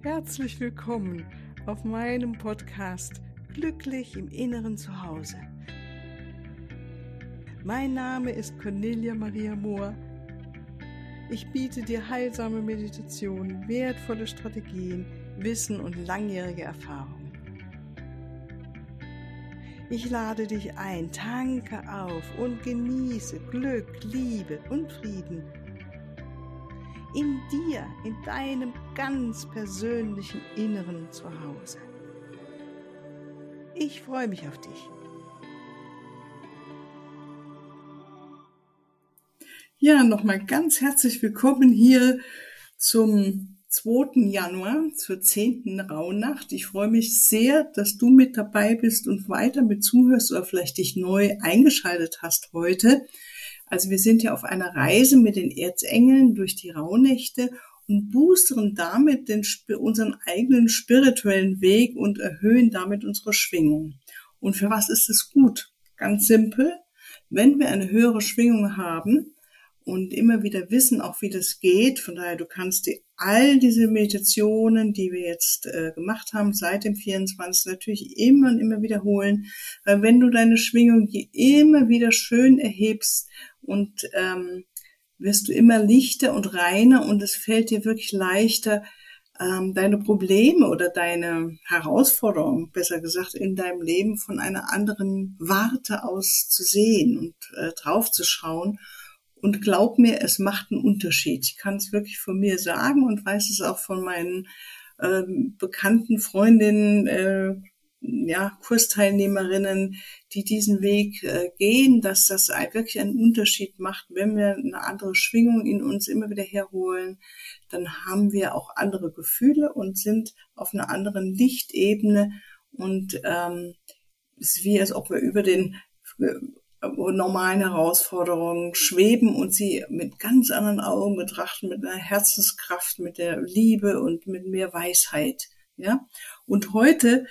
Herzlich willkommen auf meinem Podcast Glücklich im Inneren Zuhause. Mein Name ist Cornelia Maria Mohr. Ich biete dir heilsame Meditationen, wertvolle Strategien, Wissen und langjährige Erfahrung. Ich lade dich ein, tanke auf und genieße Glück, Liebe und Frieden. In dir, in deinem ganz persönlichen Inneren Zuhause. Ich freue mich auf dich. Ja, nochmal ganz herzlich willkommen hier zum 2. Januar, zur 10. Rauhnacht. Ich freue mich sehr, dass du mit dabei bist und weiter mit zuhörst oder vielleicht dich neu eingeschaltet hast heute. Also wir sind ja auf einer Reise mit den Erzengeln durch die Rauhnächte und boostern damit unseren eigenen spirituellen Weg und erhöhen damit unsere Schwingung. Und für was ist es gut? Ganz simpel, wenn wir eine höhere Schwingung haben und immer wieder wissen, auch wie das geht. Von daher, du kannst dir all diese Meditationen, die wir jetzt gemacht haben, seit dem 24. natürlich immer und immer wiederholen. Weil wenn du deine Schwingung immer wieder schön erhebst und wirst du immer lichter und reiner und es fällt dir wirklich leichter, deine Probleme oder deine Herausforderungen, besser gesagt, in deinem Leben von einer anderen Warte aus zu sehen und drauf zu schauen. Und glaub mir, es macht einen Unterschied. Ich kann es wirklich von mir sagen und weiß es auch von meinen bekannten Freundinnen, Kursteilnehmerinnen, die diesen Weg gehen, dass das wirklich einen Unterschied macht. Wenn wir eine andere Schwingung in uns immer wieder herholen, dann haben wir auch andere Gefühle und sind auf einer anderen Lichtebene. Und es ist wie, als ob wir über den normalen Herausforderungen schweben und sie mit ganz anderen Augen betrachten, mit einer Herzenskraft, mit der Liebe und mit mehr Weisheit. Ja. Und heute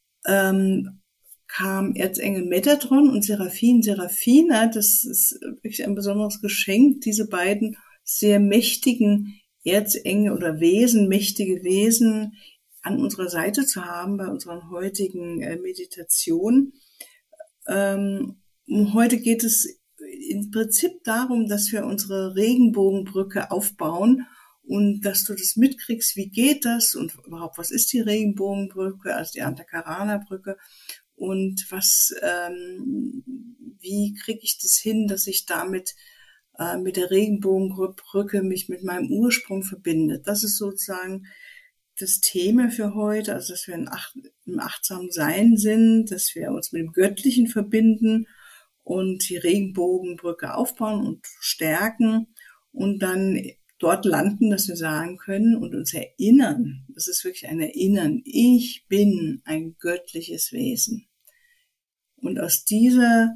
kam Erzengel Metatron und Seraphina. Das ist wirklich ein besonderes Geschenk, diese beiden sehr mächtigen Erzengel oder Wesen, mächtige Wesen an unserer Seite zu haben bei unseren heutigen Meditationen. Heute geht es im Prinzip darum, dass wir unsere Regenbogenbrücke aufbauen und dass du das mitkriegst, wie geht das und überhaupt, was ist die Regenbogenbrücke, also die Antakarana-Brücke und wie kriege ich das hin, dass ich damit mit der Regenbogenbrücke mich mit meinem Ursprung verbinde. Das ist sozusagen das Thema für heute, also dass wir im achtsamen Sein sind, dass wir uns mit dem Göttlichen verbinden und die Regenbogenbrücke aufbauen und stärken und dann dort landen, dass wir sagen können und uns erinnern, das ist wirklich ein Erinnern, ich bin ein göttliches Wesen. Und aus dieser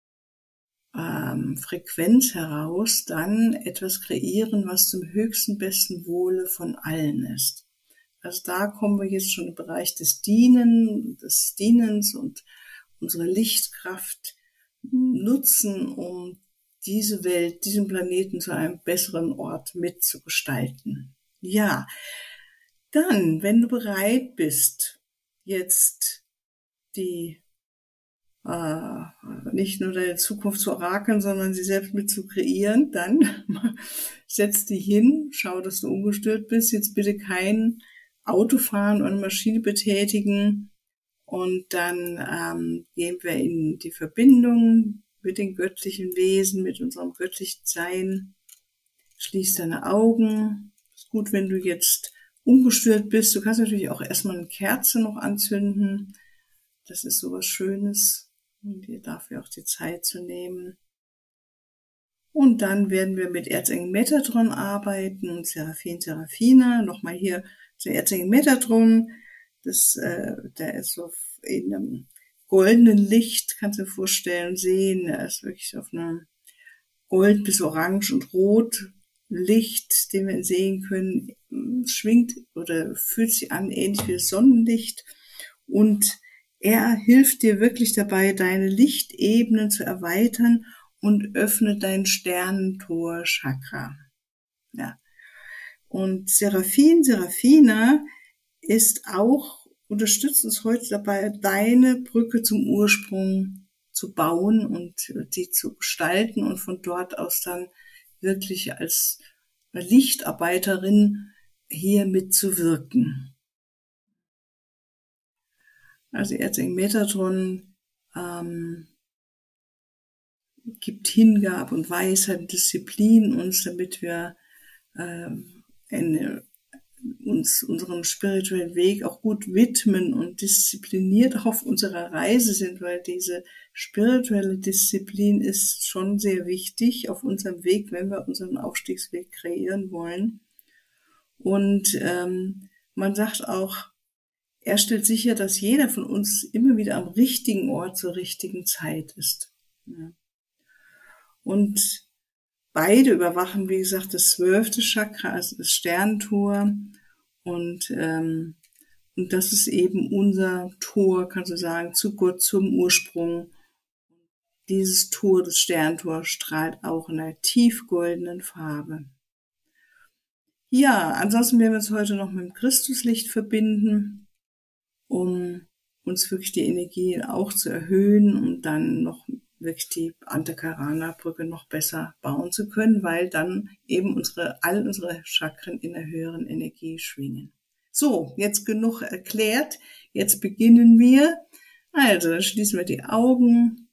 Frequenz heraus dann etwas kreieren, was zum höchsten, besten Wohle von allen ist. Also da kommen wir jetzt schon im Bereich des Dienens und unsere Lichtkraft nutzen, um diese Welt, diesen Planeten zu einem besseren Ort mitzugestalten. Ja, dann, wenn du bereit bist, jetzt nicht nur deine Zukunft zu orakeln, sondern sie selbst mit zu kreieren, dann setz dich hin, schau, dass du ungestört bist, jetzt bitte kein Auto fahren und Maschine betätigen und dann gehen wir in die Verbindung mit den göttlichen Wesen, mit unserem göttlichen Sein. Schließ deine Augen. Ist gut, wenn du jetzt ungestört bist. Du kannst natürlich auch erstmal eine Kerze noch anzünden. Das ist sowas Schönes, um dir dafür auch die Zeit zu nehmen. Und dann werden wir mit Erzengel Metatron arbeiten, Seraphina. Nochmal hier zu Erzengel Metatron. Der ist so in einem goldenen Licht, kannst du dir vorstellen, sehen. Er ist wirklich auf einem Gold bis Orange und Rot Licht, den wir sehen können, schwingt oder fühlt sich an ähnlich wie das Sonnenlicht. Und er hilft dir wirklich dabei, deine Lichtebenen zu erweitern und öffnet dein Sternentor-Chakra. Ja. Und Seraphina unterstützt uns heute dabei, deine Brücke zum Ursprung zu bauen und die zu gestalten und von dort aus dann wirklich als Lichtarbeiterin hier mitzuwirken. Also Erzengel Metatron gibt Hingabe und Weisheit und Disziplin uns, damit wir unserem spirituellen Weg auch gut widmen und diszipliniert auch auf unserer Reise sind, weil diese spirituelle Disziplin ist schon sehr wichtig auf unserem Weg, wenn wir unseren Aufstiegsweg kreieren wollen. Und man sagt auch, er stellt sicher, dass jeder von uns immer wieder am richtigen Ort zur richtigen Zeit ist. Ja. Und beide überwachen, wie gesagt, das 12. Chakra, also das Sternentor. Und das ist eben unser Tor, kannst du sagen, zu Gott, zum Ursprung. Dieses Tor, das Sternentor, strahlt auch in einer tiefgoldenen Farbe. Ja, ansonsten werden wir uns heute noch mit dem Christuslicht verbinden, um uns wirklich die Energie auch zu erhöhen und dann noch wirklich die Antakarana-Brücke noch besser bauen zu können, weil dann eben all unsere Chakren in einer höheren Energie schwingen. So, jetzt genug erklärt. Jetzt beginnen wir. Also, dann schließen wir die Augen.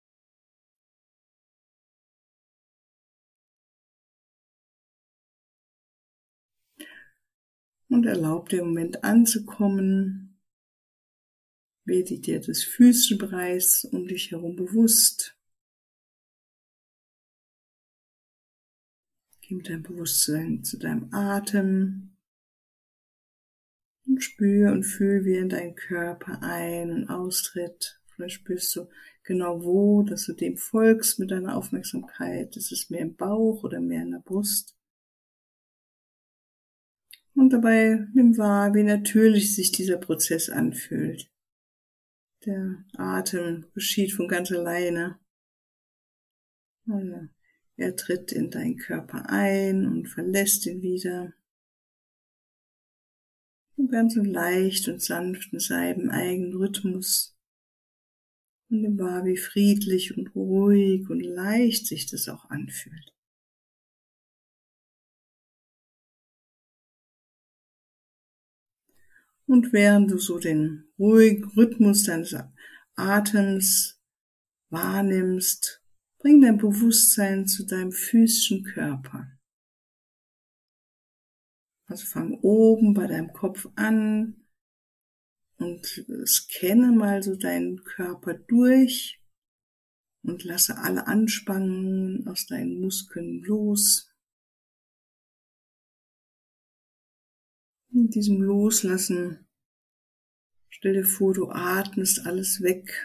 Und erlaub dir im Moment anzukommen. Werde dir des Füßchenbereichs um dich herum bewusst. Geh mit deinem Bewusstsein zu deinem Atem. Und spür und fühl, wie in deinen Körper ein- und austritt. Vielleicht spürst du genau wo, dass du dem folgst mit deiner Aufmerksamkeit. Ist es mehr im Bauch oder mehr in der Brust? Und dabei nimm wahr, wie natürlich sich dieser Prozess anfühlt. Der Atem geschieht von ganz alleine. Also, er tritt in deinen Körper ein und verlässt ihn wieder. Und ganz so leicht und sanft in seinem eigenen Rhythmus. Und nimm wahr, wie friedlich und ruhig und leicht sich das auch anfühlt. Und während du so den ruhigen Rhythmus deines Atems wahrnimmst, bring dein Bewusstsein zu deinem physischen Körper. Also fang oben bei deinem Kopf an und scanne mal so deinen Körper durch und lasse alle Anspannungen aus deinen Muskeln los. In diesem Loslassen stell dir vor, du atmest alles weg.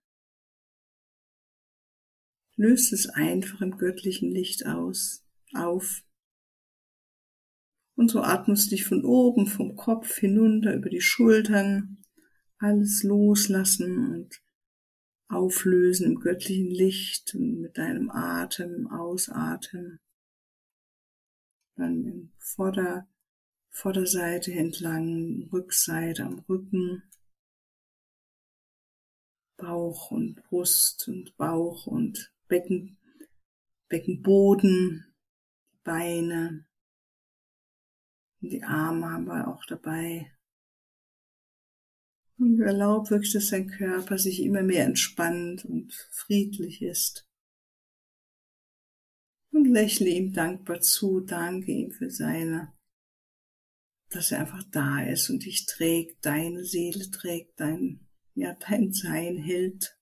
Löst es einfach im göttlichen Licht auf. Und so atmest du dich von oben, vom Kopf hinunter, über die Schultern, alles loslassen und auflösen im göttlichen Licht und mit deinem Atem, Ausatmen. Dann in Vorderseite entlang, Rückseite am Rücken, Bauch und Brust und Bauch und Beckenboden, Beine, die Arme haben wir auch dabei. Und erlaub wirklich, dass dein Körper sich immer mehr entspannt und friedlich ist. Und lächle ihm dankbar zu, danke ihm für dass er einfach da ist und dich trägt, deine Seele trägt, dein Sein hält.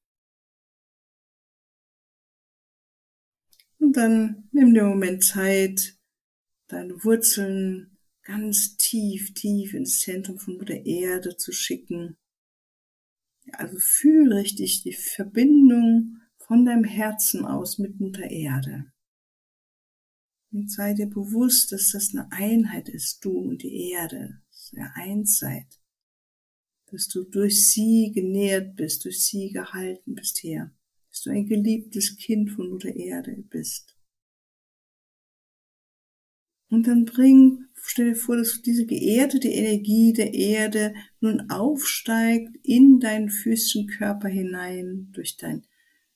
Und dann nimm dir einen Moment Zeit, deine Wurzeln ganz tief, tief ins Zentrum von Mutter Erde zu schicken. Also fühl richtig die Verbindung von deinem Herzen aus mit Mutter Erde. Und sei dir bewusst, dass das eine Einheit ist, du und die Erde, dass ihr eins seid. Dass du durch sie genährt bist, durch sie gehalten bist hier. Dass du ein geliebtes Kind von Mutter Erde bist. Und dann stell dir vor, dass diese geerdete Energie der Erde nun aufsteigt in deinen physischen Körper hinein, durch dein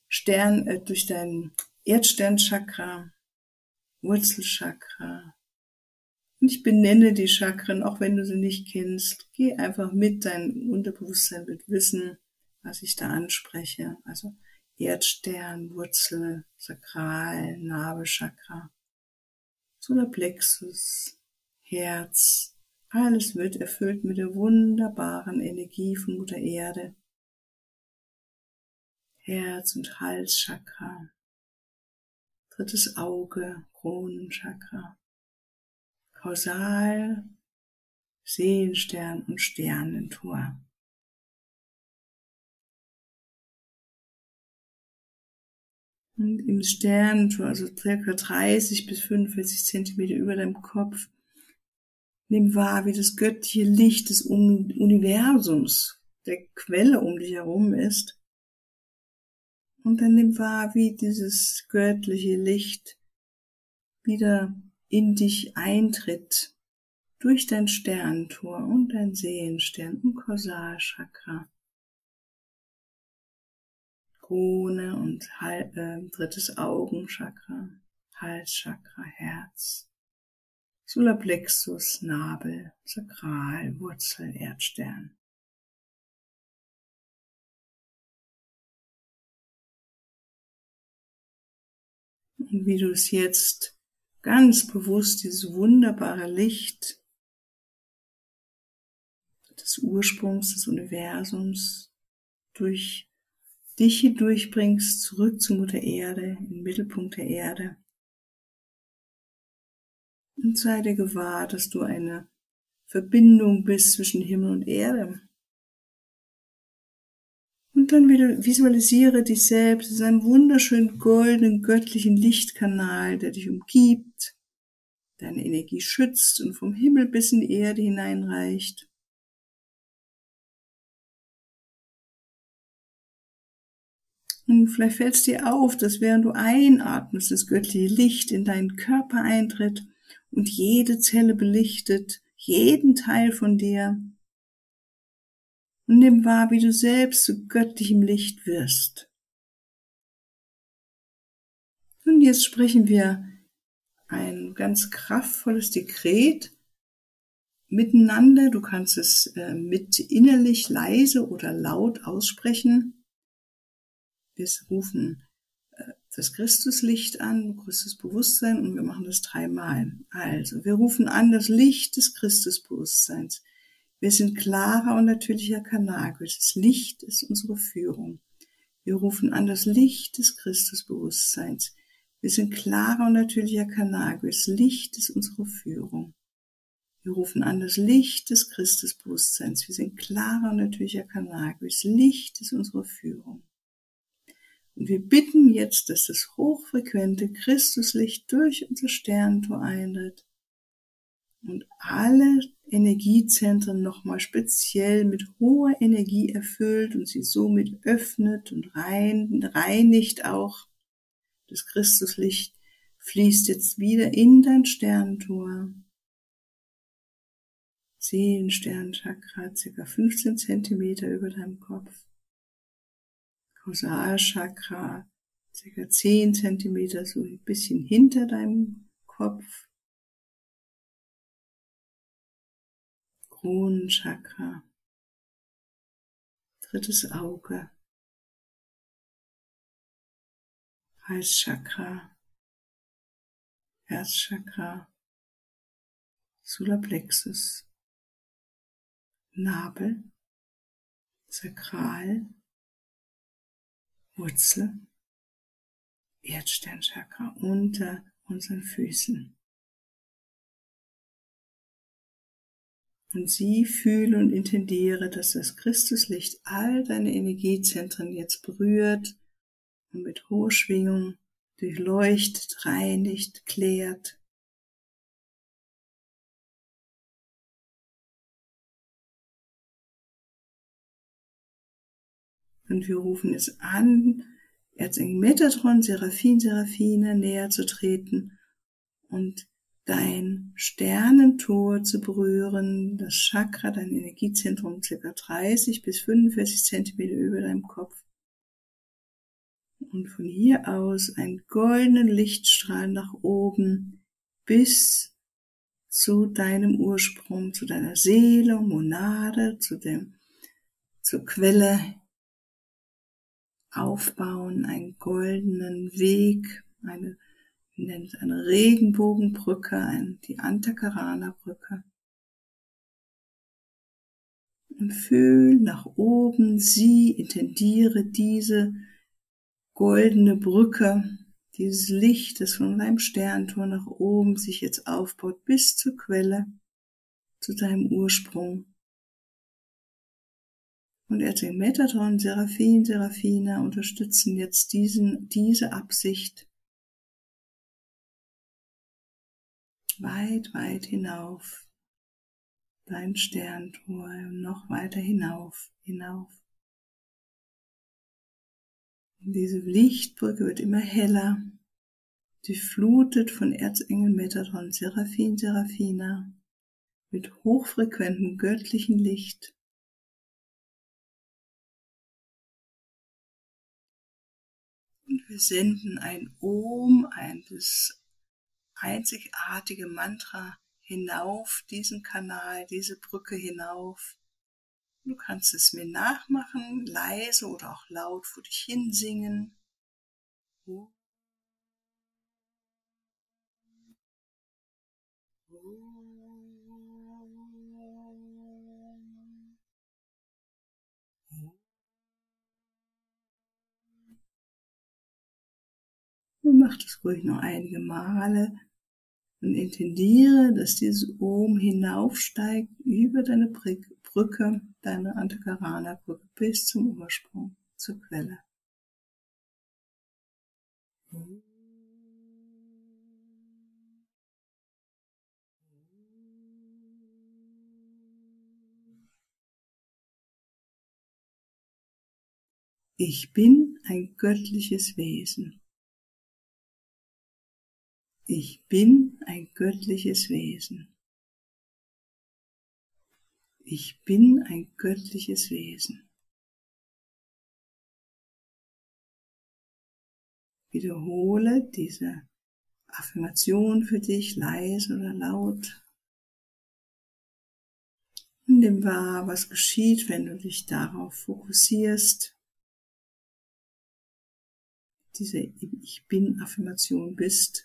Erdsternchakra, Wurzelchakra. Und ich benenne die Chakren, auch wenn du sie nicht kennst. Geh einfach mit, dein Unterbewusstsein wird wissen, was ich da anspreche. Also Erdstern, Wurzel, Sakral, Nabelchakra, Solarplexus, Herz. Alles wird erfüllt mit der wunderbaren Energie von Mutter Erde. Herz- und Halschakra. Drittes Auge, Kronenchakra. Kausal, Seelenstern und Sternentor. Und im Sternentor, also ca. 30 bis 45 Zentimeter über deinem Kopf, nimm wahr, wie das göttliche Licht des Universums, der Quelle um dich herum ist. Und dann nimm wahr, wie dieses göttliche Licht wieder in dich eintritt, durch dein Sternentor und dein Seelenstern und Kausalchakra, Krone und drittes Augenchakra, Halschakra, Herz, Solarplexus, Nabel, Sakral, Wurzel, Erdstern. Und wie du es jetzt ganz bewusst, dieses wunderbare Licht des Ursprungs des Universums durch dich hindurchbringst, zurück zur Mutter Erde, in den Mittelpunkt der Erde. Und sei dir gewahr, dass du eine Verbindung bist zwischen Himmel und Erde. Und dann wieder visualisiere dich selbst in einem wunderschönen goldenen, göttlichen Lichtkanal, der dich umgibt, deine Energie schützt und vom Himmel bis in die Erde hineinreicht. Und vielleicht fällt es dir auf, dass während du einatmest, das göttliche Licht in deinen Körper eintritt und jede Zelle belichtet, jeden Teil von dir. Und nimm wahr, wie du selbst zu göttlichem Licht wirst. Und jetzt sprechen wir ein ganz kraftvolles Dekret miteinander. Du kannst es mit innerlich leise oder laut aussprechen. Wir rufen das Christuslicht an, Christusbewusstsein, und wir machen das 3-mal. Also, wir rufen an das Licht des Christusbewusstseins. Wir sind klarer und natürlicher Kanal. Das Licht ist unsere Führung. Wir rufen an das Licht des Christusbewusstseins. Wir sind klarer und natürlicher Kanal. Das Licht ist unsere Führung. Wir rufen an das Licht des Christusbewusstseins. Wir sind klarer und natürlicher Kanal. Das Licht ist unsere Führung. Und wir bitten jetzt, dass das hochfrequente Christuslicht durch unser Sternentor eintritt und alle Energiezentren nochmal speziell mit hoher Energie erfüllt und sie somit öffnet und reinigt auch. Das Christuslicht fließt jetzt wieder in dein Sternentor. Seelensternchakra, ca. 15 Zentimeter über deinem Kopf. Kausalchakra, ca. 10 Zentimeter, so ein bisschen hinter deinem Kopf. Kronenchakra, drittes Auge, Halschakra, Herzchakra, Solarplexus, Nabel, Sakral, Wurzel, Erdsternchakra unter unseren Füßen. Und sieh, fühle und intendiere, dass das Christuslicht all deine Energiezentren jetzt berührt und mit hoher Schwingung durchleuchtet, reinigt, klärt. Und wir rufen es an, Erzengel Metatron, Seraphim, Seraphine näher zu treten und dein Sternentor zu berühren, das Chakra, dein Energiezentrum, ca. 30 bis 45 Zentimeter über deinem Kopf. Und von hier aus einen goldenen Lichtstrahl nach oben bis zu deinem Ursprung, zu deiner Seele, Monade, zur Quelle aufbauen, einen goldenen Weg, wir nennen es eine Regenbogenbrücke, die Antakarana-Brücke. Und fühl nach oben, intendiere diese goldene Brücke, dieses Licht, das von deinem Sterntor nach oben sich jetzt aufbaut, bis zur Quelle, zu deinem Ursprung. Und Erzengel Metatron, Seraphin, Seraphina unterstützen jetzt diese Absicht weit, weit hinauf. Dein Sterntor, noch weiter hinauf. Und diese Lichtbrücke wird immer heller, durchflutet von Erzengel Metatron, Seraphin, Seraphina, mit hochfrequentem göttlichen Licht. Und wir senden ein Om, das einzigartige Mantra hinauf, diesen Kanal, diese Brücke hinauf. Du kannst es mir nachmachen, leise oder auch laut vor dich hin singen. Und mach das ruhig noch einige Male und intendiere, dass dieses Om hinaufsteigt über deine Brücke, deine Antakarana-Brücke bis zum Ursprung, zur Quelle. Ich bin ein göttliches Wesen. Ich bin ein göttliches Wesen. Ich bin ein göttliches Wesen. Wiederhole diese Affirmation für dich, leise oder laut. Und nimm wahr, was geschieht, wenn du dich darauf fokussierst, diese Ich Bin-Affirmation bist.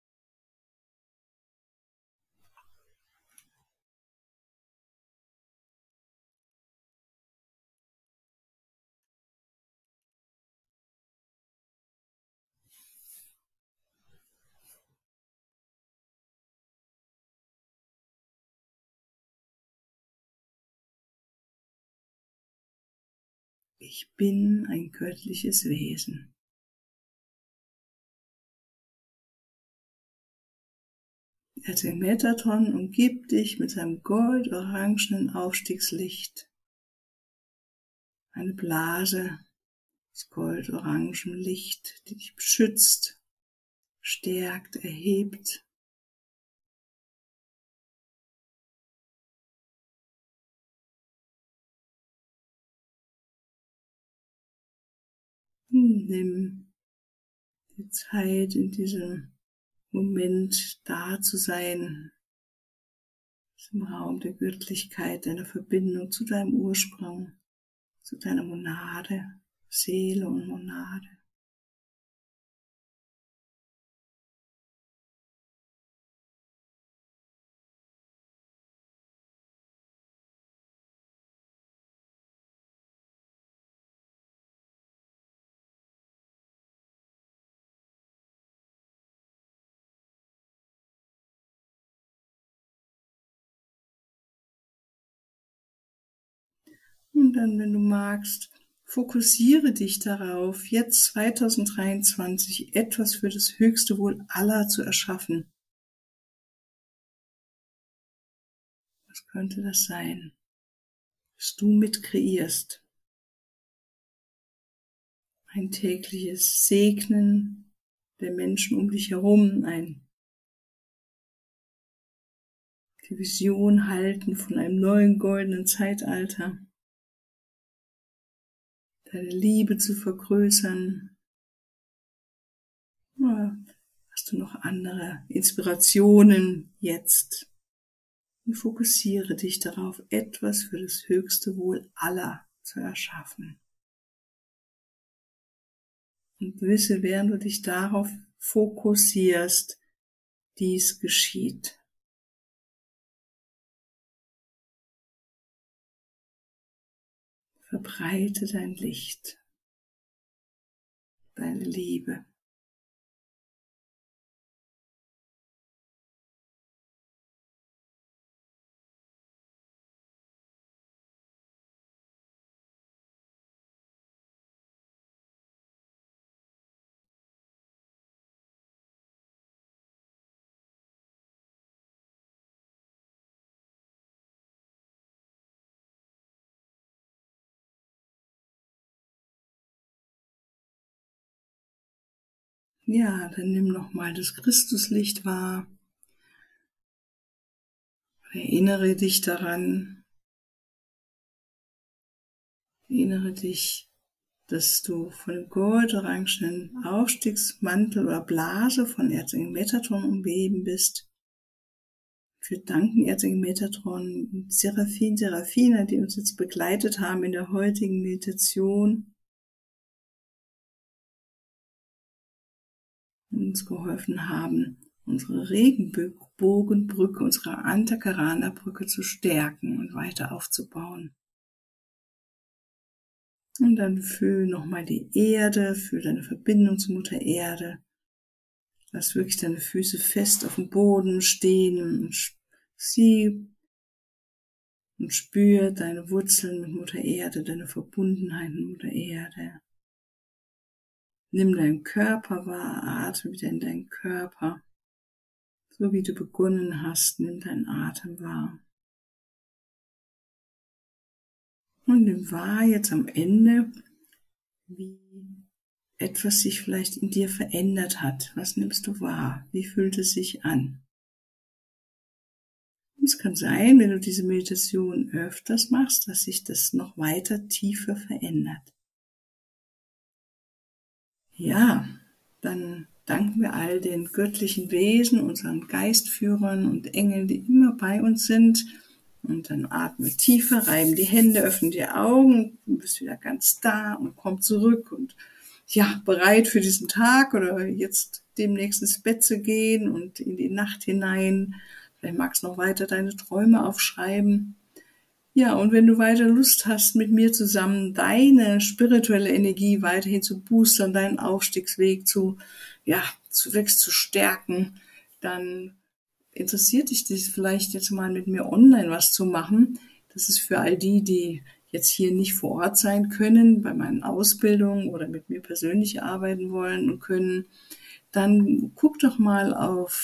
Ich bin ein göttliches Wesen. Der Metatron umgibt dich mit seinem gold-orangenen Aufstiegslicht. Eine Blase aus gold-orangem Licht, die dich beschützt, stärkt, erhebt. Nimm die Zeit, in diesem Moment da zu sein, im Raum der Göttlichkeit, deiner Verbindung zu deinem Ursprung, zu deiner Monade, Seele und Monade. Und dann, wenn du magst, fokussiere dich darauf, jetzt 2023 etwas für das höchste Wohl aller zu erschaffen. Was könnte das sein, was du mit kreierst? Ein tägliches Segnen der Menschen um dich herum, ein die Vision halten von einem neuen goldenen Zeitalter, deine Liebe zu vergrößern. Ja, hast du noch andere Inspirationen jetzt? Und fokussiere dich darauf, etwas für das höchste Wohl aller zu erschaffen. Und wisse, während du dich darauf fokussierst, dies geschieht. Verbreite dein Licht, deine Liebe. Ja, dann nimm nochmal das Christuslicht wahr. Erinnere dich daran. Erinnere dich, dass du von dem goldorangenen Aufstiegsmantel oder Blase von Erzengel Metatron umgeben bist. Wir danken Erzengel Metatron und Seraphina, die uns jetzt begleitet haben in der heutigen Meditation und uns geholfen haben, unsere Regenbogenbrücke, unsere Antakarana-Brücke zu stärken und weiter aufzubauen. Und dann fühl nochmal die Erde, fühl deine Verbindung zu Mutter Erde. Lass wirklich deine Füße fest auf dem Boden stehen und spür deine Wurzeln mit Mutter Erde, deine Verbundenheit mit Mutter Erde. Nimm deinen Körper wahr, atme wieder in deinen Körper. So wie du begonnen hast, nimm deinen Atem wahr. Und nimm wahr jetzt am Ende, wie etwas sich vielleicht in dir verändert hat. Was nimmst du wahr? Wie fühlt es sich an? Und es kann sein, wenn du diese Meditation öfters machst, dass sich das noch weiter tiefer verändert. Ja, dann danken wir all den göttlichen Wesen, unseren Geistführern und Engeln, die immer bei uns sind. Und dann atme tiefer, reiben die Hände, öffne die Augen, du bist wieder ganz da und komm zurück und ja, bereit für diesen Tag oder jetzt demnächst ins Bett zu gehen und in die Nacht hinein. Vielleicht magst du noch weiter deine Träume aufschreiben. Ja, und wenn du weiter Lust hast, mit mir zusammen deine spirituelle Energie weiterhin zu boostern, deinen Aufstiegsweg zu stärken, dann interessiert dich das vielleicht jetzt mal mit mir online was zu machen. Das ist für all die, die jetzt hier nicht vor Ort sein können, bei meinen Ausbildungen oder mit mir persönlich arbeiten wollen und können, dann guck doch mal auf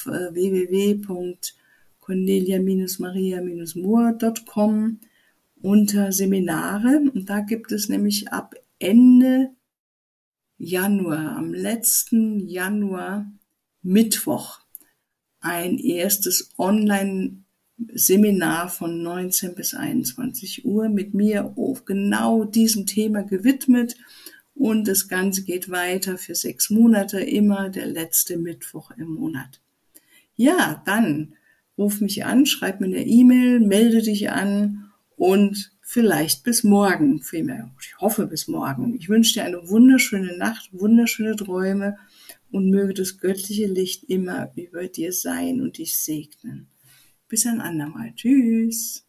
www.cornelia-maria-moore.com unter Seminare und da gibt es nämlich ab Ende Januar, am letzten Januar Mittwoch, ein erstes Online-Seminar von 19 bis 21 Uhr mit mir auf genau diesem Thema gewidmet und das Ganze geht weiter für 6 Monate, immer der letzte Mittwoch im Monat. Ja, dann ruf mich an, schreib mir eine E-Mail, melde dich an und vielleicht bis morgen, vielmehr, ich hoffe bis morgen. Ich wünsche dir eine wunderschöne Nacht, wunderschöne Träume und möge das göttliche Licht immer über dir sein und dich segnen. Bis ein andermal. Tschüss.